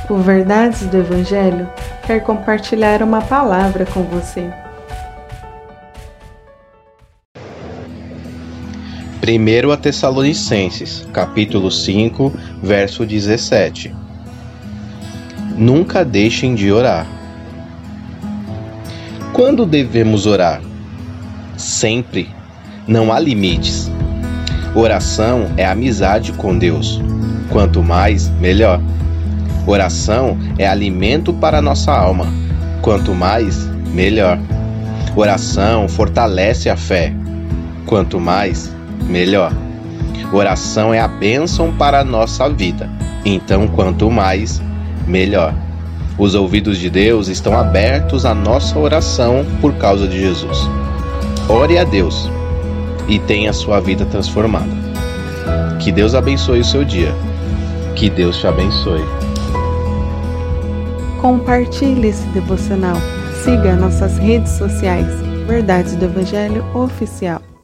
O Verdades do Evangelho quer compartilhar uma palavra com você. 1 Tessalonicenses, capítulo 5, verso 17. Nunca deixem de orar. Quando devemos orar? Sempre. Não há limites. Oração é amizade com Deus. Quanto mais, melhor. Oração é alimento para a nossa alma. Quanto mais, melhor. Oração fortalece a fé. Quanto mais, melhor. Oração é a bênção para a nossa vida. Então, quanto mais, melhor. Os ouvidos de Deus estão abertos à nossa oração por causa de Jesus. Ore a Deus e tenha sua vida transformada. Que Deus abençoe o seu dia. Que Deus te abençoe. Compartilhe esse devocional. Siga nossas redes sociais. Verdades do Evangelho Oficial.